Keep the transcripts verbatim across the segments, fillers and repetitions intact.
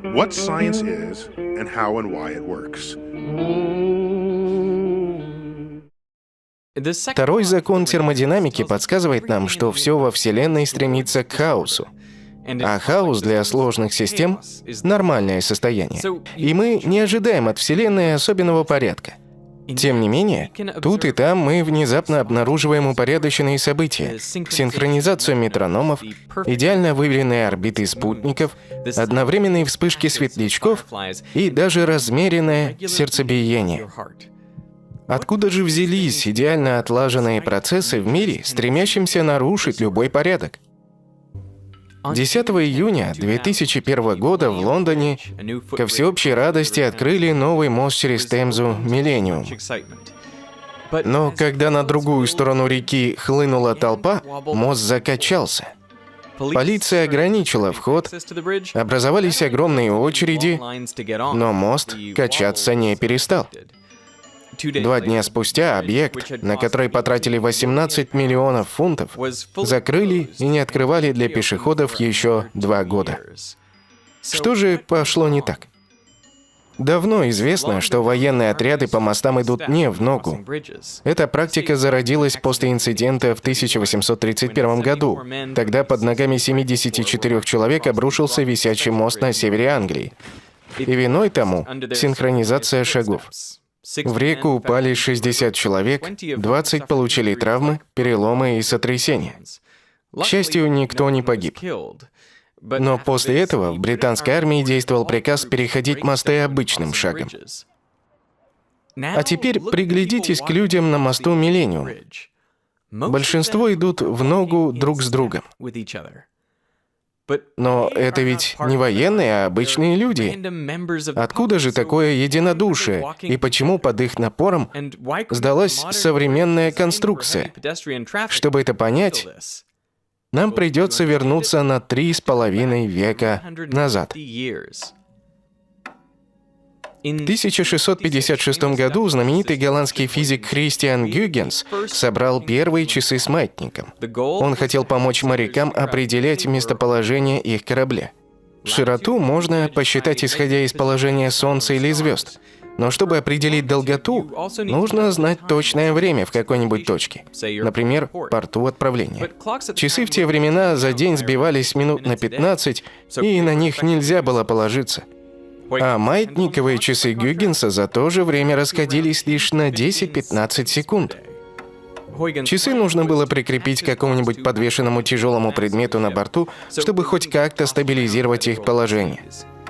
what science is and how and why it works. Второй закон термодинамики подсказывает нам, что все во Вселенной стремится к хаосу. А хаос для сложных систем — нормальное состояние. И мы не ожидаем от Вселенной особенного порядка. Тем не менее, тут и там мы внезапно обнаруживаем упорядоченные события, синхронизацию метрономов, идеально выверенные орбиты спутников, одновременные вспышки светлячков и даже размеренное сердцебиение. Откуда же взялись идеально отлаженные процессы в мире, стремящимся нарушить любой порядок? десятого июня две тысячи первого года в Лондоне ко всеобщей радости открыли новый мост через Темзу «Миллениум». Но когда на другую сторону реки хлынула толпа, мост закачался. Полиция ограничила вход, образовались огромные очереди, но мост качаться не перестал. Два дня спустя объект, на который потратили восемнадцать миллионов фунтов, закрыли и не открывали для пешеходов еще два года. Что же пошло не так? Давно известно, что военные отряды по мостам идут не в ногу. Эта практика зародилась после инцидента в тысяча восемьсот тридцать первом году. Тогда под ногами семидесяти четырёх человек обрушился висячий мост на севере Англии. И виной тому синхронизация шагов. В реку упали шестьдесят человек, двадцать получили травмы, переломы и сотрясения. К счастью, никто не погиб. Но после этого в британской армии действовал приказ переходить мосты обычным шагом. А теперь приглядитесь к людям на мосту «Миллениум». Большинство идут в ногу друг с другом. Но это ведь не военные, а обычные люди. Откуда же такое единодушие? И почему под их напором сдалась современная конструкция? Чтобы это понять, нам придется вернуться на три с половиной века назад. В тысяча шестьсот пятьдесят шестом году знаменитый голландский физик Христиан Гюйгенс собрал первые часы с маятником. Он хотел помочь морякам определять местоположение их корабля. Широту можно посчитать, исходя из положения Солнца или звезд. Но чтобы определить долготу, нужно знать точное время в какой-нибудь точке, например, порту отправления. Часы в те времена за день сбивались минут на пятнадцать, и на них нельзя было положиться. А маятниковые часы Гюйгенса за то же время расходились лишь на десять-пятнадцать секунд. Часы нужно было прикрепить к какому-нибудь подвешенному тяжелому предмету на борту, чтобы хоть как-то стабилизировать их положение.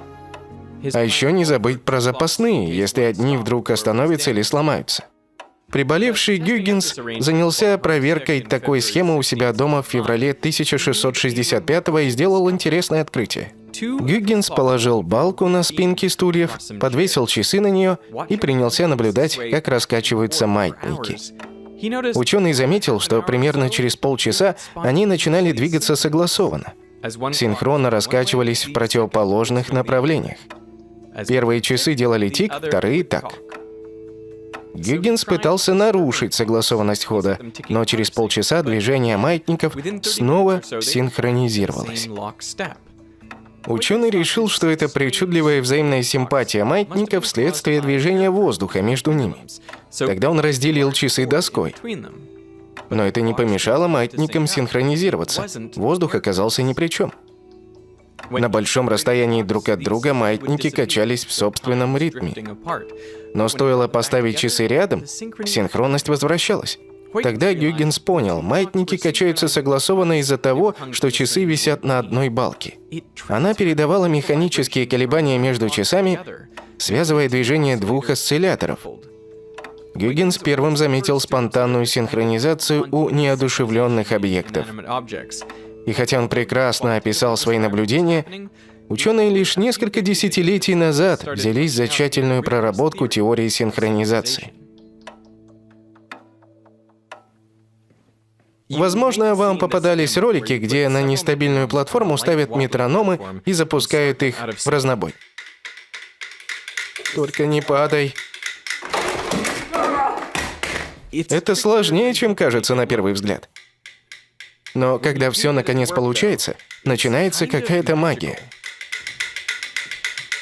А еще не забыть про запасные, если одни вдруг остановятся или сломаются. Приболевший Гюйгенс занялся проверкой такой схемы у себя дома в феврале тысяча шестьсот шестьдесят пятого и сделал интересное открытие. Гюйгенс положил балку на спинки стульев, подвесил часы на нее и принялся наблюдать, как раскачиваются маятники. Ученый заметил, что примерно через полчаса они начинали двигаться согласованно. Синхронно раскачивались в противоположных направлениях. Первые часы делали тик, вторые — так. Гюйгенс пытался нарушить согласованность хода, но через полчаса движение маятников снова синхронизировалось. Ученый решил, что это причудливая взаимная симпатия маятников вследствие движения воздуха между ними. Тогда он разделил часы доской. Но это не помешало маятникам синхронизироваться. Воздух оказался ни при чем. На большом расстоянии друг от друга маятники качались в собственном ритме. Но стоило поставить часы рядом, синхронность возвращалась. Тогда Гюйгенс понял, маятники качаются согласованно из-за того, что часы висят на одной балке. Она передавала механические колебания между часами, связывая движение двух осцилляторов. Гюйгенс первым заметил спонтанную синхронизацию у неодушевленных объектов. И хотя он прекрасно описал свои наблюдения, ученые лишь несколько десятилетий назад взялись за тщательную проработку теории синхронизации. Возможно, вам попадались ролики, где на нестабильную платформу ставят метрономы и запускают их в разнобой. Только не падай. Это сложнее, чем кажется на первый взгляд. Но когда все наконец получается, начинается какая-то магия.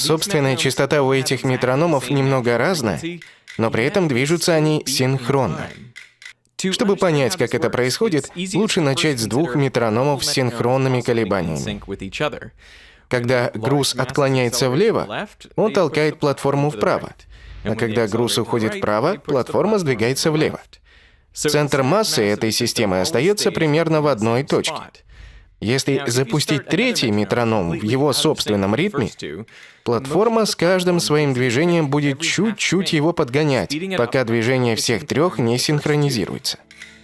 Собственная частота у этих метрономов немного разная, но при этом движутся они синхронно. Чтобы понять, как это происходит, лучше начать с двух метрономов с синхронными колебаниями. Когда груз отклоняется влево, он толкает платформу вправо, а когда груз уходит вправо, платформа сдвигается влево. Центр массы этой системы остается примерно в одной точке. Если запустить третий метроном в его собственном ритме, платформа с каждым своим движением будет чуть-чуть его подгонять, пока движение всех трех не синхронизируется.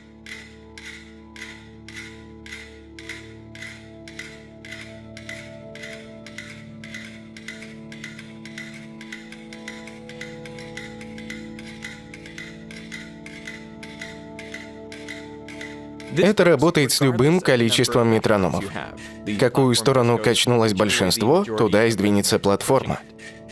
Это работает с любым количеством метрономов. В какую сторону качнулось большинство, туда и сдвинется платформа.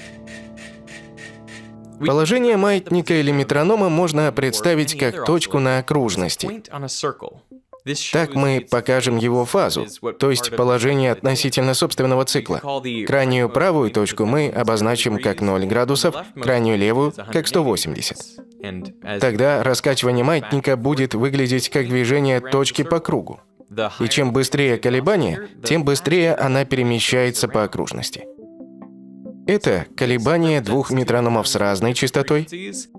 Положение маятника или метронома можно представить как точку на окружности. Так мы покажем его фазу, то есть положение относительно собственного цикла. Крайнюю правую точку мы обозначим как ноль градусов, крайнюю левую — как сто восемьдесят. Тогда раскачивание маятника будет выглядеть как движение точки по кругу. И чем быстрее колебание, тем быстрее она перемещается по окружности. Это колебания двух метрономов с разной частотой.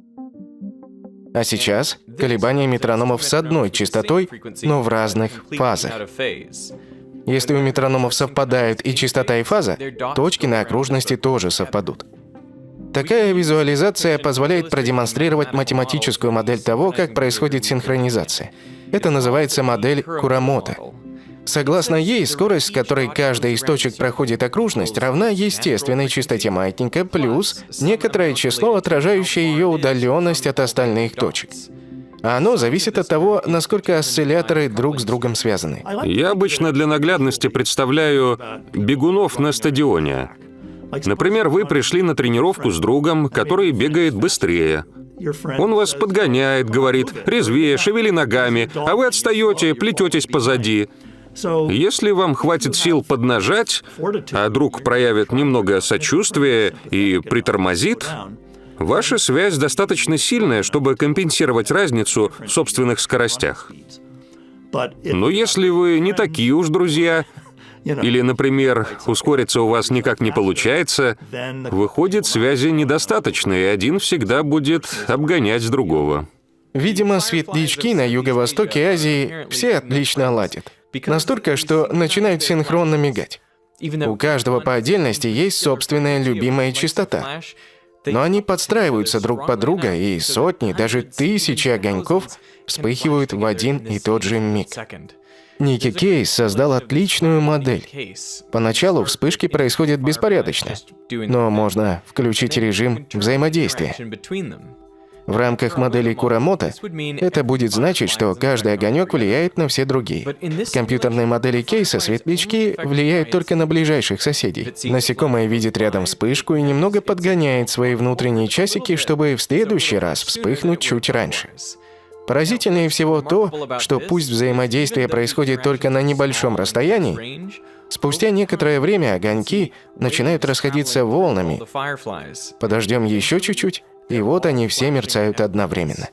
А сейчас колебания метрономов с одной частотой, но в разных фазах. Если у метрономов совпадают и частота, и фаза, точки на окружности тоже совпадут. Такая визуализация позволяет продемонстрировать математическую модель того, как происходит синхронизация. Это называется модель Курамото. Согласно ей, скорость, с которой каждая из точек проходит окружность, равна естественной частоте маятника плюс некоторое число, отражающее ее удаленность от остальных точек. А оно зависит от того, насколько осцилляторы друг с другом связаны. Я обычно для наглядности представляю бегунов на стадионе. Например, вы пришли на тренировку с другом, который бегает быстрее. Он вас подгоняет, говорит: резвее, шевели ногами, а вы отстаете, плететесь позади. Если вам хватит сил поднажать, а друг проявит немного сочувствия и притормозит, ваша связь достаточно сильная, чтобы компенсировать разницу в собственных скоростях. Но если вы не такие уж друзья, или, например, ускориться у вас никак не получается, выходит, связи недостаточно, и один всегда будет обгонять другого. Видимо, светлячки на юго-востоке Азии все отлично ладят. Настолько, что начинают синхронно мигать. У каждого по отдельности есть собственная любимая частота. Но они подстраиваются друг под друга, и сотни, даже тысячи огоньков вспыхивают в один и тот же миг. Ники Кейс создал отличную модель. Поначалу вспышки происходят беспорядочно, но можно включить режим взаимодействия. В рамках модели Курамото это будет значить, что каждый огонек влияет на все другие. В компьютерной модели Кейса светлячки влияют только на ближайших соседей. Насекомое видит рядом вспышку и немного подгоняет свои внутренние часики, чтобы в следующий раз вспыхнуть чуть раньше. Поразительнее всего то, что пусть взаимодействие происходит только на небольшом расстоянии, спустя некоторое время огоньки начинают расходиться волнами. Подождем еще чуть-чуть, и вот они все мерцают одновременно.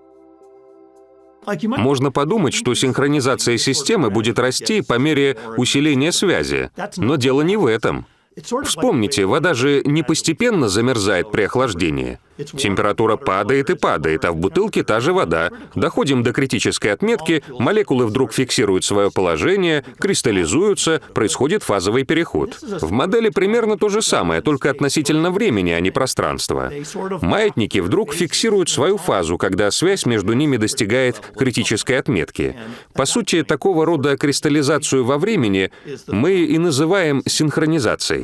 Можно подумать, что синхронизация системы будет расти по мере усиления связи, но дело не в этом. Вспомните, вода же не постепенно замерзает при охлаждении. Температура падает и падает, а в бутылке та же вода. Доходим до критической отметки, молекулы вдруг фиксируют свое положение, кристаллизуются, происходит фазовый переход. В модели примерно то же самое, только относительно времени, а не пространства. Маятники вдруг фиксируют свою фазу, когда связь между ними достигает критической отметки. По сути, такого рода кристаллизацию во времени мы и называем синхронизацией.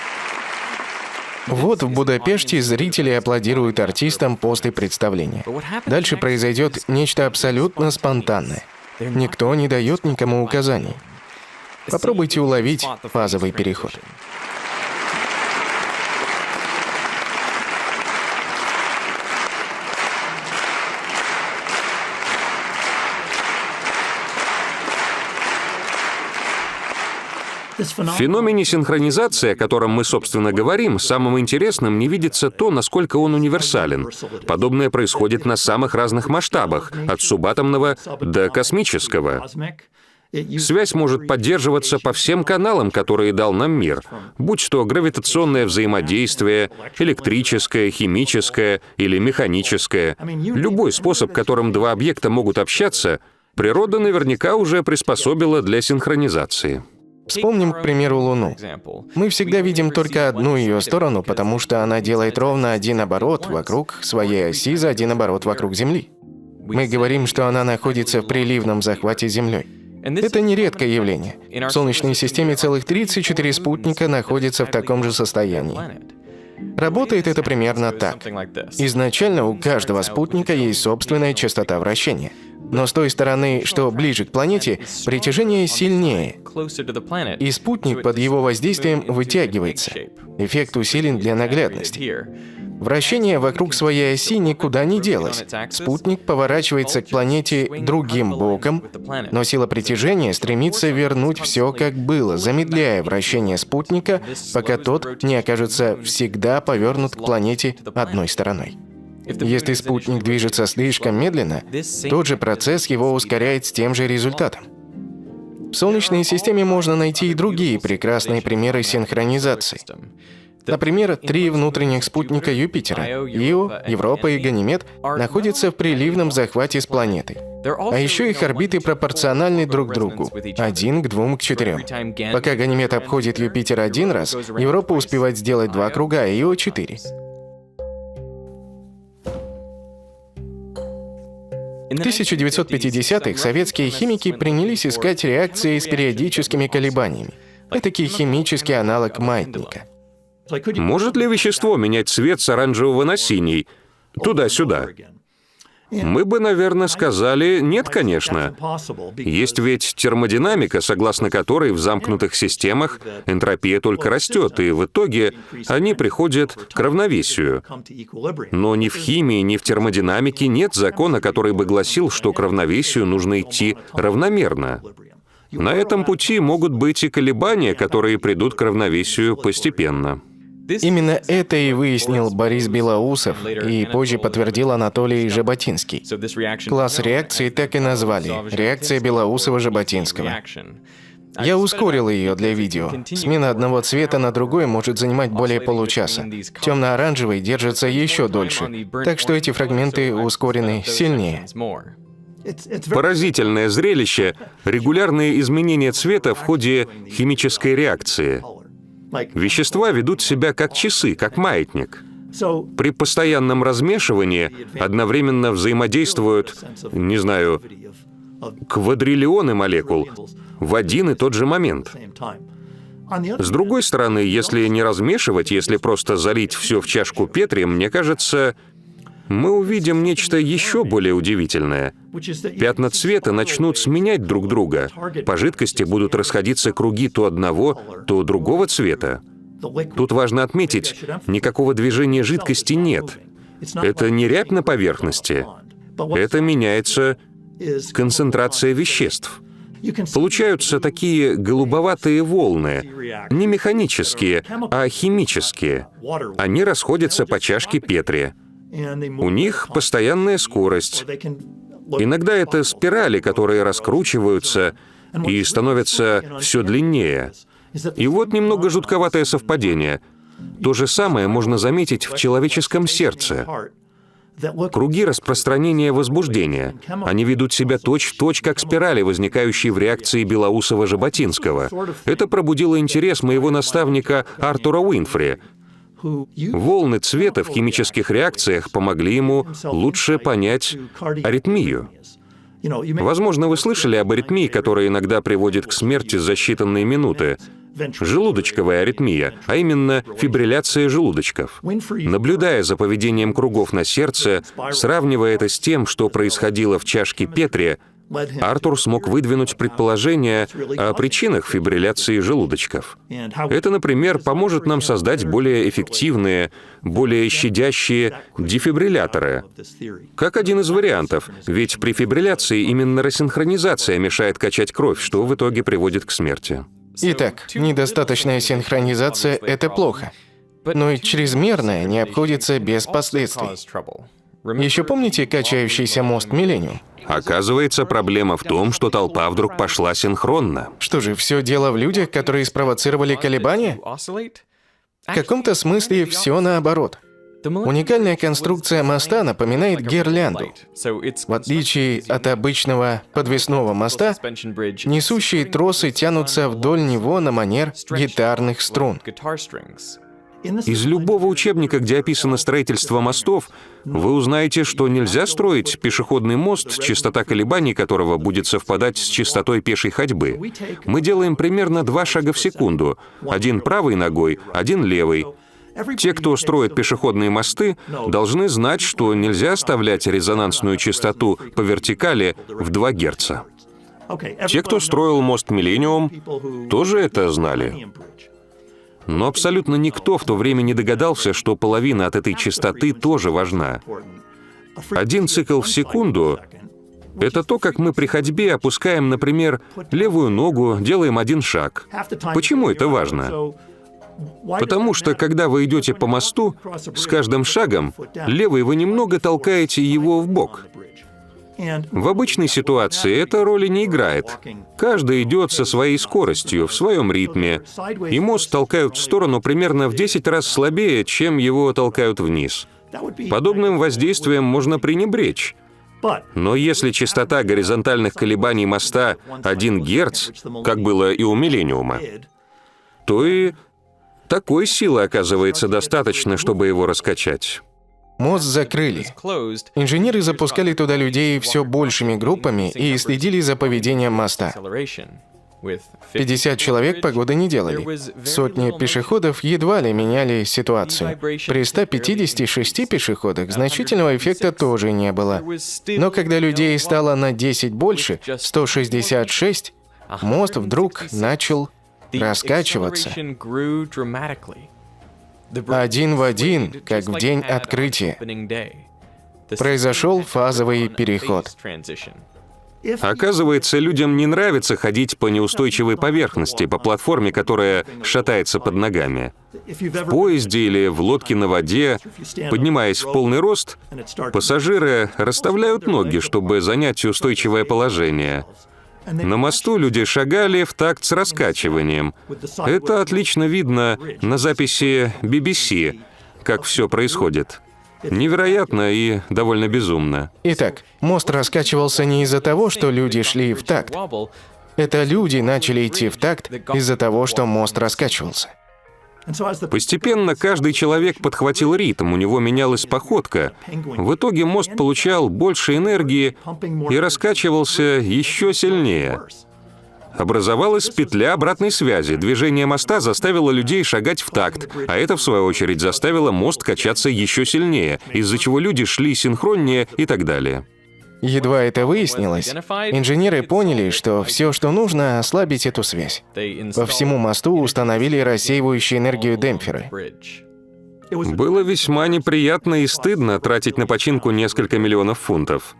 Вот в Будапеште зрители аплодируют артистам после представления. Дальше произойдет нечто абсолютно спонтанное. Никто не дает никому указаний. Попробуйте уловить фазовый переход. В феномене синхронизации, о котором мы, собственно, говорим, самым интересным не видится то, насколько он универсален. Подобное происходит на самых разных масштабах, от субатомного до космического. Связь может поддерживаться по всем каналам, которые дал нам мир, будь то гравитационное взаимодействие, электрическое, химическое или механическое. Любой способ, которым два объекта могут общаться, природа наверняка уже приспособила для синхронизации. Вспомним, к примеру, Луну. Мы всегда видим только одну ее сторону, потому что она делает ровно один оборот вокруг своей оси за один оборот вокруг Земли. Мы говорим, что она находится в приливном захвате с Землей. Это не редкое явление. В Солнечной системе целых тридцать четыре спутника находятся в таком же состоянии. Работает это примерно так. Изначально у каждого спутника есть собственная частота вращения. Но с той стороны, что ближе к планете, притяжение сильнее, и спутник под его воздействием вытягивается. Эффект усилен для наглядности. Вращение вокруг своей оси никуда не делось. Спутник поворачивается к планете другим боком, но сила притяжения стремится вернуть все как было, замедляя вращение спутника, пока тот не окажется всегда повернут к планете одной стороной. Если спутник движется слишком медленно, тот же процесс его ускоряет с тем же результатом. В Солнечной системе можно найти и другие прекрасные примеры синхронизации. Например, три внутренних спутника Юпитера – Ио, Европа и Ганимед – находятся в приливном захвате с планетой. А еще их орбиты пропорциональны друг другу – один к двум к четырем. Пока Ганимед обходит Юпитер один раз, Европа успевает сделать два круга, а Ио – четыре. В тысяча девятьсот пятидесятых советские химики принялись искать реакции с периодическими колебаниями. Этакий химический аналог маятника. Может ли вещество менять цвет с оранжевого на синий? Туда-сюда. Мы бы, наверное, сказали, нет, конечно. Есть ведь термодинамика, согласно которой в замкнутых системах энтропия только растет, и в итоге они приходят к равновесию. Но ни в химии, ни в термодинамике нет закона, который бы гласил, что к равновесию нужно идти равномерно. На этом пути могут быть и колебания, которые придут к равновесию постепенно. Именно это и выяснил Борис Белоусов и позже подтвердил Анатолий Жаботинский. Класс реакции так и назвали – реакция Белоусова-Жаботинского. Я ускорил ее для видео. Смена одного цвета на другой может занимать более получаса. Темно-оранжевый держится еще дольше, так что эти фрагменты ускорены сильнее. Поразительное зрелище – регулярные изменения цвета в ходе химической реакции. Вещества ведут себя как часы, как маятник. При постоянном размешивании одновременно взаимодействуют, не знаю, квадриллионы молекул в один и тот же момент. С другой стороны, если не размешивать, если просто залить все в чашку Петри, мне кажется, мы увидим нечто еще более удивительное. Пятна цвета начнут сменять друг друга. По жидкости будут расходиться круги то одного, то другого цвета. Тут важно отметить, никакого движения жидкости нет. Это не рябь на поверхности. Это меняется концентрация веществ. Получаются такие голубоватые волны, не механические, а химические. Они расходятся по чашке Петри. У них постоянная скорость. Иногда это спирали, которые раскручиваются и становятся все длиннее. И вот немного жутковатое совпадение. То же самое можно заметить в человеческом сердце. Круги распространения возбуждения. Они ведут себя точь-в-точь, как спирали, возникающие в реакции Белоусова-Жаботинского. Это пробудило интерес моего наставника Артура Уинфри. Волны цвета в химических реакциях помогли ему лучше понять аритмию. Возможно, вы слышали об аритмии, которая иногда приводит к смерти за считанные минуты. Желудочковая аритмия, а именно фибрилляция желудочков. Наблюдая за поведением кругов на сердце, сравнивая это с тем, что происходило в чашке Петри, Артур смог выдвинуть предположение о причинах фибрилляции желудочков. Это, например, поможет нам создать более эффективные, более щадящие дефибрилляторы. Как один из вариантов, ведь при фибрилляции именно рассинхронизация мешает качать кровь, что в итоге приводит к смерти. Итак, недостаточная синхронизация — это плохо. Но и чрезмерная не обходится без последствий. Еще помните качающийся мост Миллениум? Оказывается, проблема в том, что толпа вдруг пошла синхронно. Что же, все дело в людях, которые спровоцировали колебания? В каком-то смысле все наоборот. Уникальная конструкция моста напоминает гирлянду. В отличие от обычного подвесного моста, несущие тросы тянутся вдоль него на манер гитарных струн. Из любого учебника, где описано строительство мостов, вы узнаете, что нельзя строить пешеходный мост, частота колебаний которого будет совпадать с частотой пешей ходьбы. Мы делаем примерно два шага в секунду. Один правой ногой, один левой. Те, кто строит пешеходные мосты, должны знать, что нельзя оставлять резонансную частоту по вертикали в два герца. Те, кто строил мост Миллениум, тоже это знали. Но абсолютно никто в то время не догадался, что половина от этой частоты тоже важна. Один цикл в секунду — это то, как мы при ходьбе опускаем, например, левую ногу, делаем один шаг. Почему это важно? Потому что, когда вы идете по мосту, с каждым шагом левой вы немного толкаете его в бок. В обычной ситуации эта роли не играет. Каждый идет со своей скоростью, в своем ритме, и мост толкают в сторону примерно в десять раз слабее, чем его толкают вниз. Подобным воздействием можно пренебречь. Но если частота горизонтальных колебаний моста один герц, как было и у Миллениума, то и такой силы оказывается достаточно, чтобы его раскачать. Мост закрыли. Инженеры запускали туда людей все большими группами и следили за поведением моста. пятьдесят человек погоды не делали. Сотни пешеходов едва ли меняли ситуацию. При ста пятидесяти шести пешеходах значительного эффекта тоже не было. Но когда людей стало на десять больше, сто шестьдесят шесть, мост вдруг начал раскачиваться. Один в один, как в день открытия. Произошел фазовый переход. Оказывается, людям не нравится ходить по неустойчивой поверхности, по платформе, которая шатается под ногами. В поезде или в лодке на воде, поднимаясь в полный рост, пассажиры расставляют ноги, чтобы занять устойчивое положение. На мосту люди шагали в такт с раскачиванием. Это отлично видно на записи би би си, как все происходит. Невероятно и довольно безумно. Итак, мост раскачивался не из-за того, что люди шли в такт. Это люди начали идти в такт из-за того, что мост раскачивался. Постепенно каждый человек подхватил ритм, у него менялась походка. В итоге мост получал больше энергии и раскачивался еще сильнее. Образовалась петля обратной связи. Движение моста заставило людей шагать в такт, а это, в свою очередь, заставило мост качаться еще сильнее, из-за чего люди шли синхроннее и так далее. Едва это выяснилось, инженеры поняли, что все, что нужно, ослабить эту связь. По всему мосту установили рассеивающую энергию демпферы. Было весьма неприятно и стыдно тратить на починку несколько миллионов фунтов.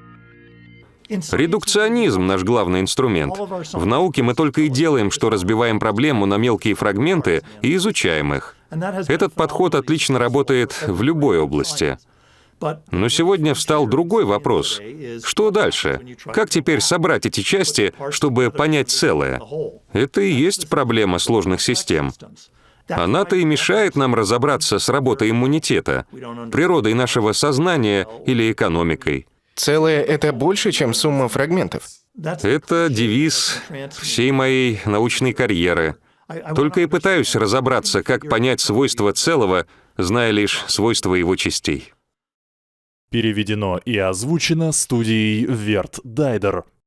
Редукционизм — наш главный инструмент. В науке мы только и делаем, что разбиваем проблему на мелкие фрагменты и изучаем их. Этот подход отлично работает в любой области. Но сегодня встал другой вопрос. Что дальше? Как теперь собрать эти части, чтобы понять целое? Это и есть проблема сложных систем. Она-то и мешает нам разобраться с работой иммунитета, природой нашего сознания или экономикой. Целое — это больше, чем сумма фрагментов. Это девиз всей моей научной карьеры. Только и пытаюсь разобраться, как понять свойства целого, зная лишь свойства его частей. Переведено и озвучено студией Верт Дайдер.